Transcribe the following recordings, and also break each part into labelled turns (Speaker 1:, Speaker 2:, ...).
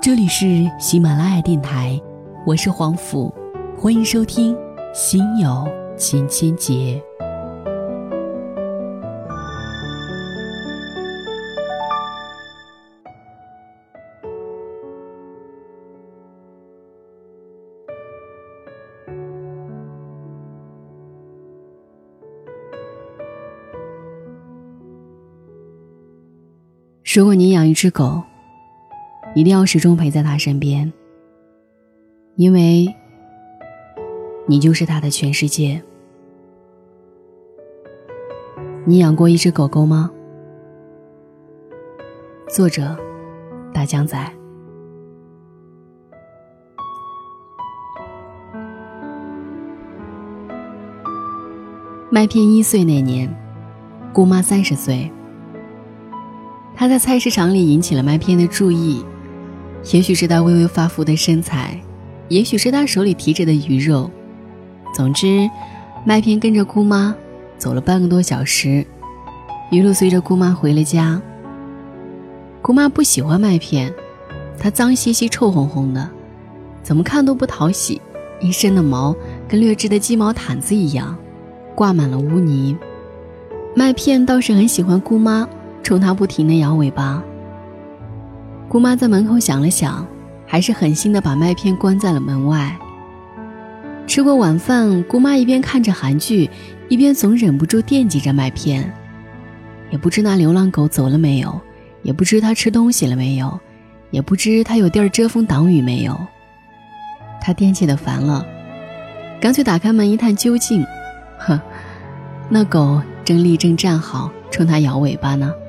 Speaker 1: 这里是喜马拉雅电台，我是黄甫，欢迎收听心有千千结。如果你养一只狗，一定要始终陪在它身边，因为你就是它的全世界。你养过一只狗狗吗？作者大江仔。麦片1岁那年，姑妈30岁。她在菜市场里引起了麦片的注意，也许是她微微发福的身材，也许是她手里提着的鱼肉。总之，麦片跟着姑妈走了半个多小时，一路随着姑妈回了家。姑妈不喜欢麦片，它脏兮兮臭烘烘的，怎么看都不讨喜，一身的毛跟劣质的鸡毛毯子一样，挂满了污泥。麦片倒是很喜欢姑妈，冲她不停地摇尾巴。姑妈在门口想了想，还是狠心地把麦片关在了门外。吃过晚饭，姑妈一边看着韩剧，一边总忍不住惦记着麦片。也不知那流浪狗走了没有，也不知它吃东西了没有，也不知它有地儿遮风挡雨没有。她惦记得烦了，干脆打开门一探究竟。那狗正立正站好，冲她摇尾巴呢。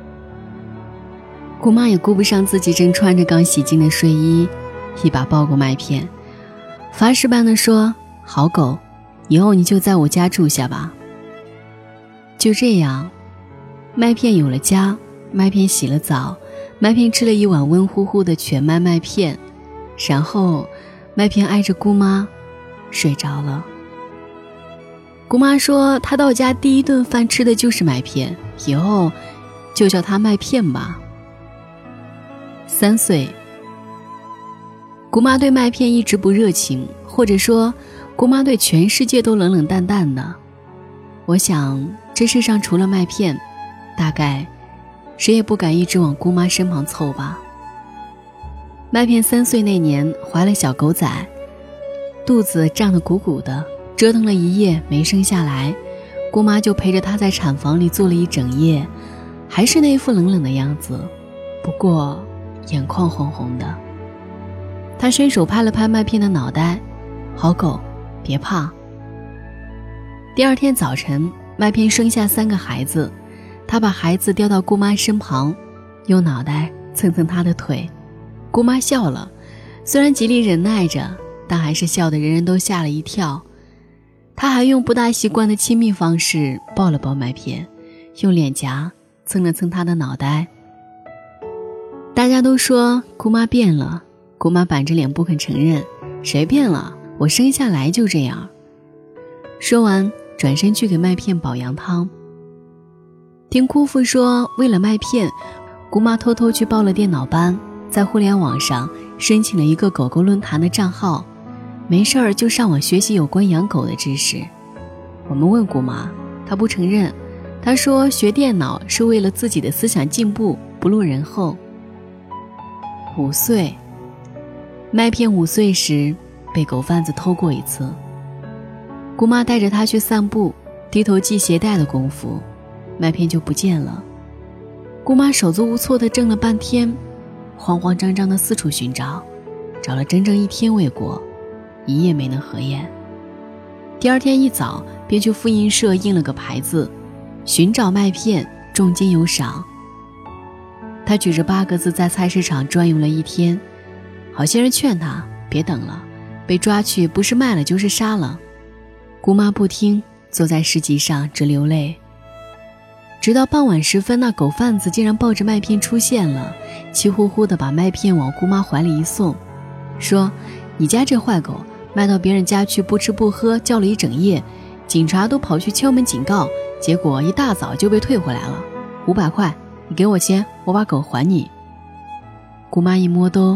Speaker 1: 姑妈也顾不上自己正穿着刚洗净的睡衣，一把抱过麦片，发誓般地说：好狗，以后你就在我家住下吧。就这样，麦片有了家，麦片洗了澡，麦片吃了一碗温乎乎的全麦麦片，然后麦片挨着姑妈睡着了。姑妈说她到家第一顿饭吃的就是麦片，以后就叫她麦片吧。3岁，姑妈对麦片一直不热情，或者说姑妈对全世界都冷冷淡淡的。我想这世上除了麦片，大概谁也不敢一直往姑妈身旁凑吧。麦片3岁那年怀了小狗仔，肚子胀得鼓鼓的，折腾了一夜没生下来，姑妈就陪着她在产房里坐了一整夜，还是那副冷冷的样子，不过眼眶红红的。她伸手拍了拍麦片的脑袋，好狗，别怕。第二天早晨，麦片生下3个孩子，她把孩子叼到姑妈身旁，用脑袋蹭蹭她的腿。姑妈笑了，虽然极力忍耐着，但还是笑得人人都吓了一跳。她还用不大习惯的亲密方式抱了抱麦片，用脸颊蹭了蹭她的脑袋。大家都说姑妈变了，姑妈板着脸不肯承认，谁变了？我生下来就这样。说完转身去给麦片煲羊汤。听姑父说，为了麦片，姑妈偷偷去报了电脑班，在互联网上申请了一个狗狗论坛的账号，没事儿就上网学习有关养狗的知识。我们问姑妈，她不承认，她说学电脑是为了自己的思想进步，不落人后。5岁，麦片5岁时被狗贩子偷过一次，姑妈带着他去散步，低头系鞋带的功夫，麦片就不见了。姑妈手足无措地怔了半天，慌慌张张地四处寻找，找了整整1天未果，一夜没能合眼。第二天一早便去复印社印了个牌子，寻找麦片，重金有赏。他举着8个字在菜市场转悠了1天，好些人劝他别等了，被抓去不是卖了就是杀了。姑妈不听，坐在市集上直流泪。直到傍晚时分，那狗贩子竟然抱着麦片出现了，气呼呼地把麦片往姑妈怀里一送，说：你家这坏狗卖到别人家去不吃不喝，叫了一整夜，警察都跑去敲门警告，结果一大早就被退回来了，500块，你给我钱，我把狗还你。姑妈一摸兜，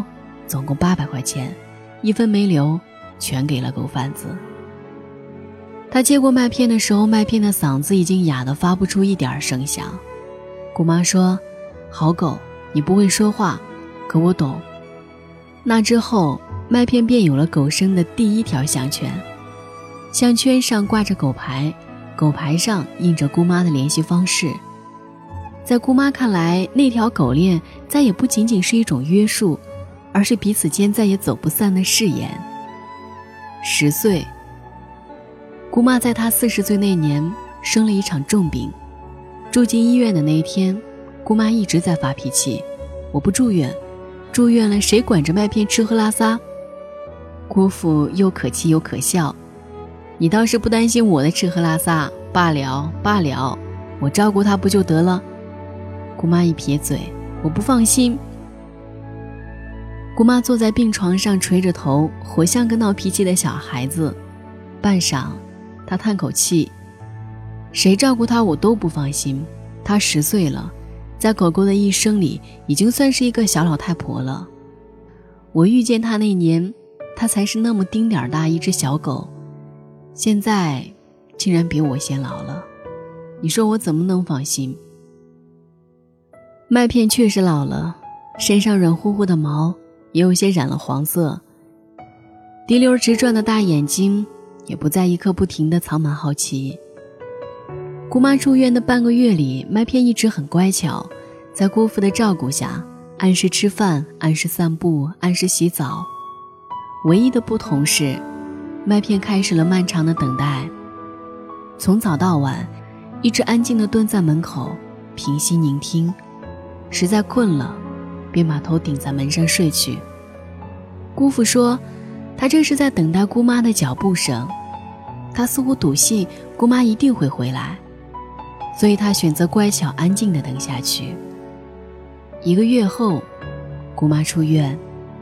Speaker 1: 总共800块钱，1分没留，全给了狗贩子。他接过麦片的时候，麦片的嗓子已经哑得发不出一点声响。姑妈说，好狗，你不会说话，可我懂。那之后，麦片便有了狗生的第1条项圈，项圈上挂着狗牌，狗牌上印着姑妈的联系方式。在姑妈看来，那条狗链再也不仅仅是一种约束，而是彼此间再也走不散的誓言。10岁，姑妈在她40岁那年生了一场重病，住进医院的那一天，姑妈一直在发脾气，我不住院，住院了谁管着麦片吃喝拉撒？姑父又可气又可笑，你倒是不担心我的吃喝拉撒，罢了罢了，我照顾他不就得了？姑妈一撇嘴，我不放心。姑妈坐在病床上垂着头，活像个闹脾气的小孩子。半晌，她叹口气，谁照顾她我都不放心。她10岁了，在狗狗的一生里已经算是一个小老太婆了。我遇见她那年，她才是那么丁点大一只小狗，现在竟然比我先老了，你说我怎么能放心？麦片确实老了，身上软乎乎的毛也有些染了黄色，滴溜直转的大眼睛也不再一刻不停地藏满好奇。姑妈住院的半个月里，麦片一直很乖巧，在姑父的照顾下，按时吃饭，按时散步，按时洗澡。唯一的不同是，麦片开始了漫长的等待，从早到晚一直安静地蹲在门口，平息聆听，实在困了便把头顶在门上睡去。姑父说，他这是在等待姑妈的脚步声，他似乎笃信姑妈一定会回来，所以他选择乖巧安静地等下去。1个月后，姑妈出院。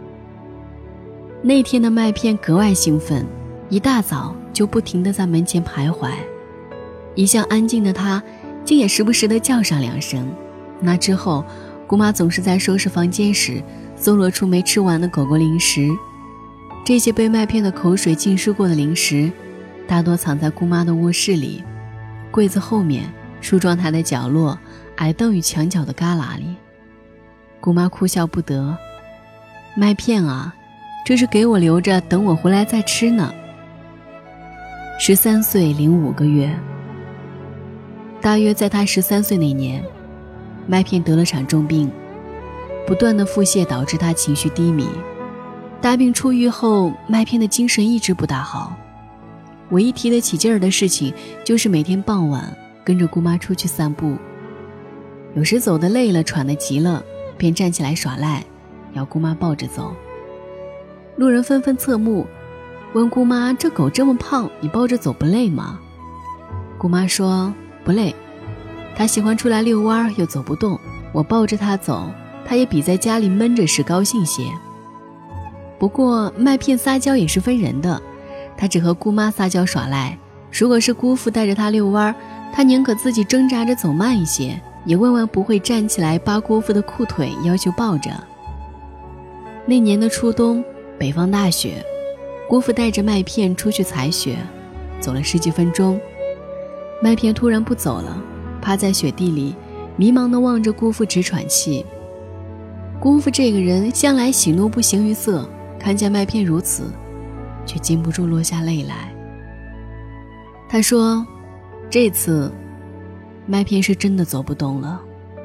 Speaker 1: 那天的麦片格外兴奋，一大早就不停地在门前徘徊。一向安静的他，竟也时不时地叫上2声。那之后，姑妈总是在收拾房间时搜罗出没吃完的狗狗零食。这些被麦片的口水浸湿过的零食，大多藏在姑妈的卧室里，柜子后面，梳妆台的角落，矮凳与墙角的旮旯里。姑妈哭笑不得，麦片啊，这是给我留着等我回来再吃呢。13岁零5个月，大约在他13岁那年，麦片得了场重病，不断的腹泻导致他情绪低迷。大病初愈后，麦片的精神一直不大好。唯一提得起劲儿的事情，就是每天傍晚跟着姑妈出去散步。有时走得累了，喘得急了，便站起来耍赖，要姑妈抱着走。路人纷纷侧目，问姑妈，这狗这么胖，你抱着走不累吗？姑妈说，不累，他喜欢出来遛弯，又走不动，我抱着他走，他也比在家里闷着时高兴些。不过麦片撒娇也是分人的，他只和姑妈撒娇耍赖，如果是姑父带着他遛弯，他宁可自己挣扎着走慢一些，也万万不会站起来扒姑父的裤腿要求抱着。那年的初冬，北方大雪，姑父带着麦片出去采雪，走了10几分钟，麦片突然不走了，趴在雪地里迷茫地望着姑父直喘气。姑父这个人向来喜怒不形于色，看见麦片如此，却禁不住落下泪来。他说，这次麦片是真的走不动了。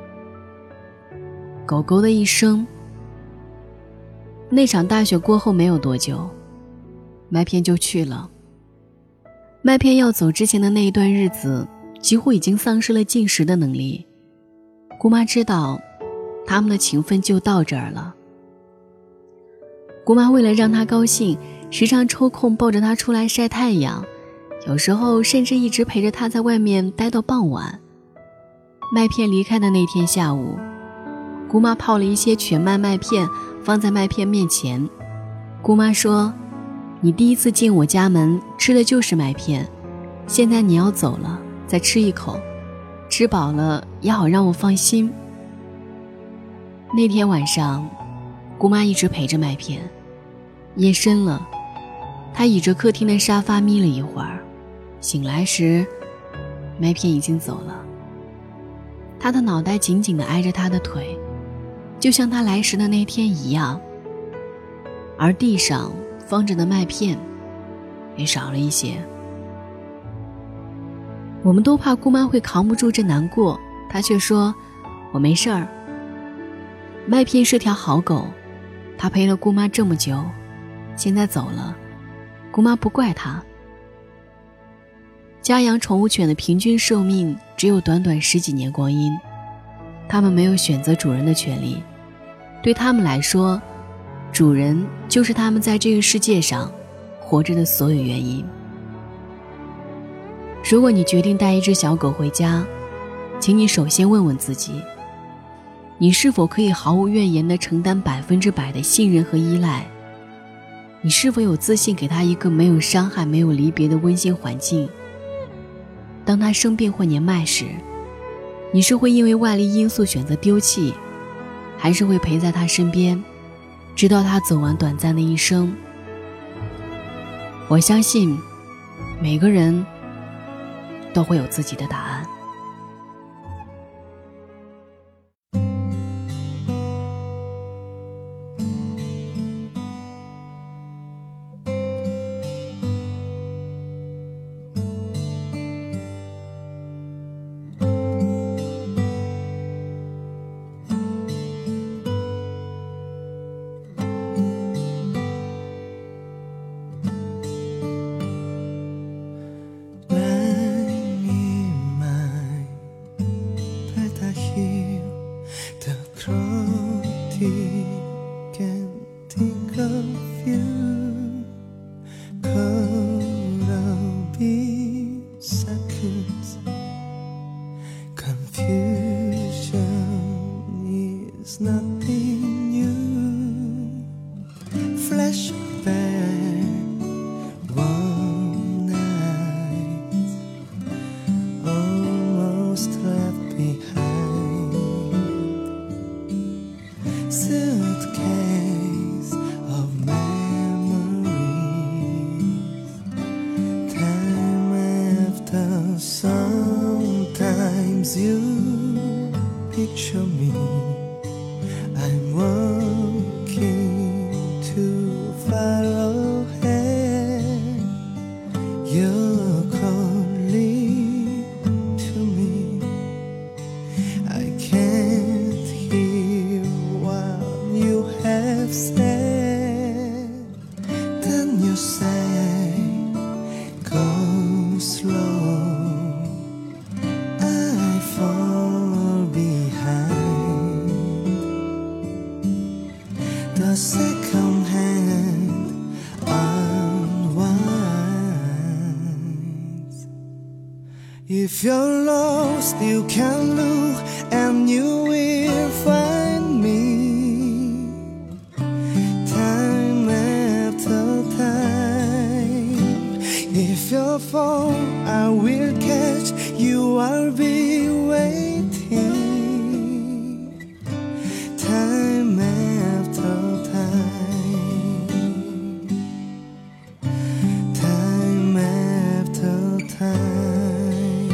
Speaker 1: 狗狗的一生。那场大雪过后没有多久，麦片就去了。麦片要走之前的那一段日子，几乎已经丧失了进食的能力。姑妈知道他们的情分就到这儿了。姑妈为了让他高兴，时常抽空抱着他出来晒太阳，有时候甚至一直陪着他在外面待到傍晚。麦片离开的那天下午，姑妈泡了一些全麦麦片放在麦片面前。姑妈说，你第一次进我家门吃的就是麦片，现在你要走了，再吃一口，吃饱了也好让我放心。那天晚上， 姑妈一直陪着麦片。夜深了，她倚着客厅的沙发眯了一会儿，醒来时麦片已经走了。她的脑袋紧紧地挨着她的腿，就像她来时的那天一样，而地上放着的麦片也少了一些。我们都怕姑妈会扛不住这难过，她却说我没事儿。麦片是条好狗，它陪了姑妈这么久，现在走了，姑妈不怪它。家养宠物犬的平均寿命只有短短10几年光阴，它们没有选择主人的权利，对它们来说，主人就是它们在这个世界上活着的所有原因。如果你决定带一只小狗回家，请你首先问问自己，你是否可以毫无怨言地承担100%的信任和依赖？你是否有自信给它一个没有伤害、没有离别的温馨环境？当它生病或年迈时，你是会因为外力因素选择丢弃，还是会陪在它身边，直到它走完短暂的一生？我相信每个人都会有自己的答案。
Speaker 2: Nothing new. Flashback, one night almost left behind. Suitcase of memories. Time after, sometimes you picture me. I'm walking too far ahead. You're calling to me. I can't hear what you have said. Then you say, go slow. I fall behind. The second hand unwinds. If you're lost, you can look and you will find me. Time after time. If you fall, I will catch you. I'll be waiting. Time after time, time after time.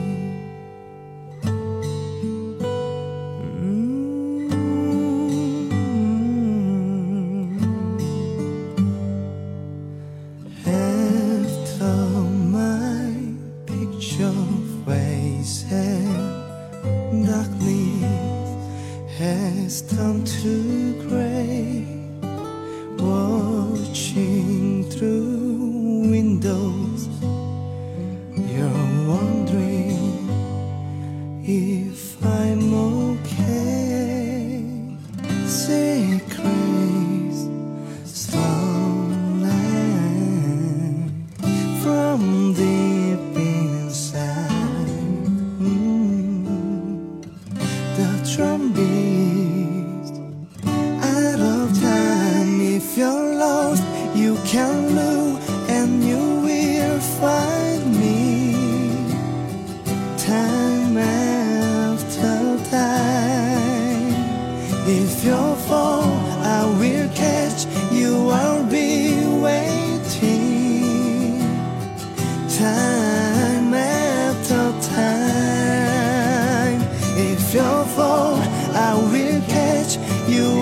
Speaker 2: After my picture fades, darkness has turned to gray. Watching through windows, you're wondering if I'm okay. Secrets stolen from deep inside. The drum beats out of time. If you're lost, you can look and you will find me. Time after time. If you fall, I will touch. You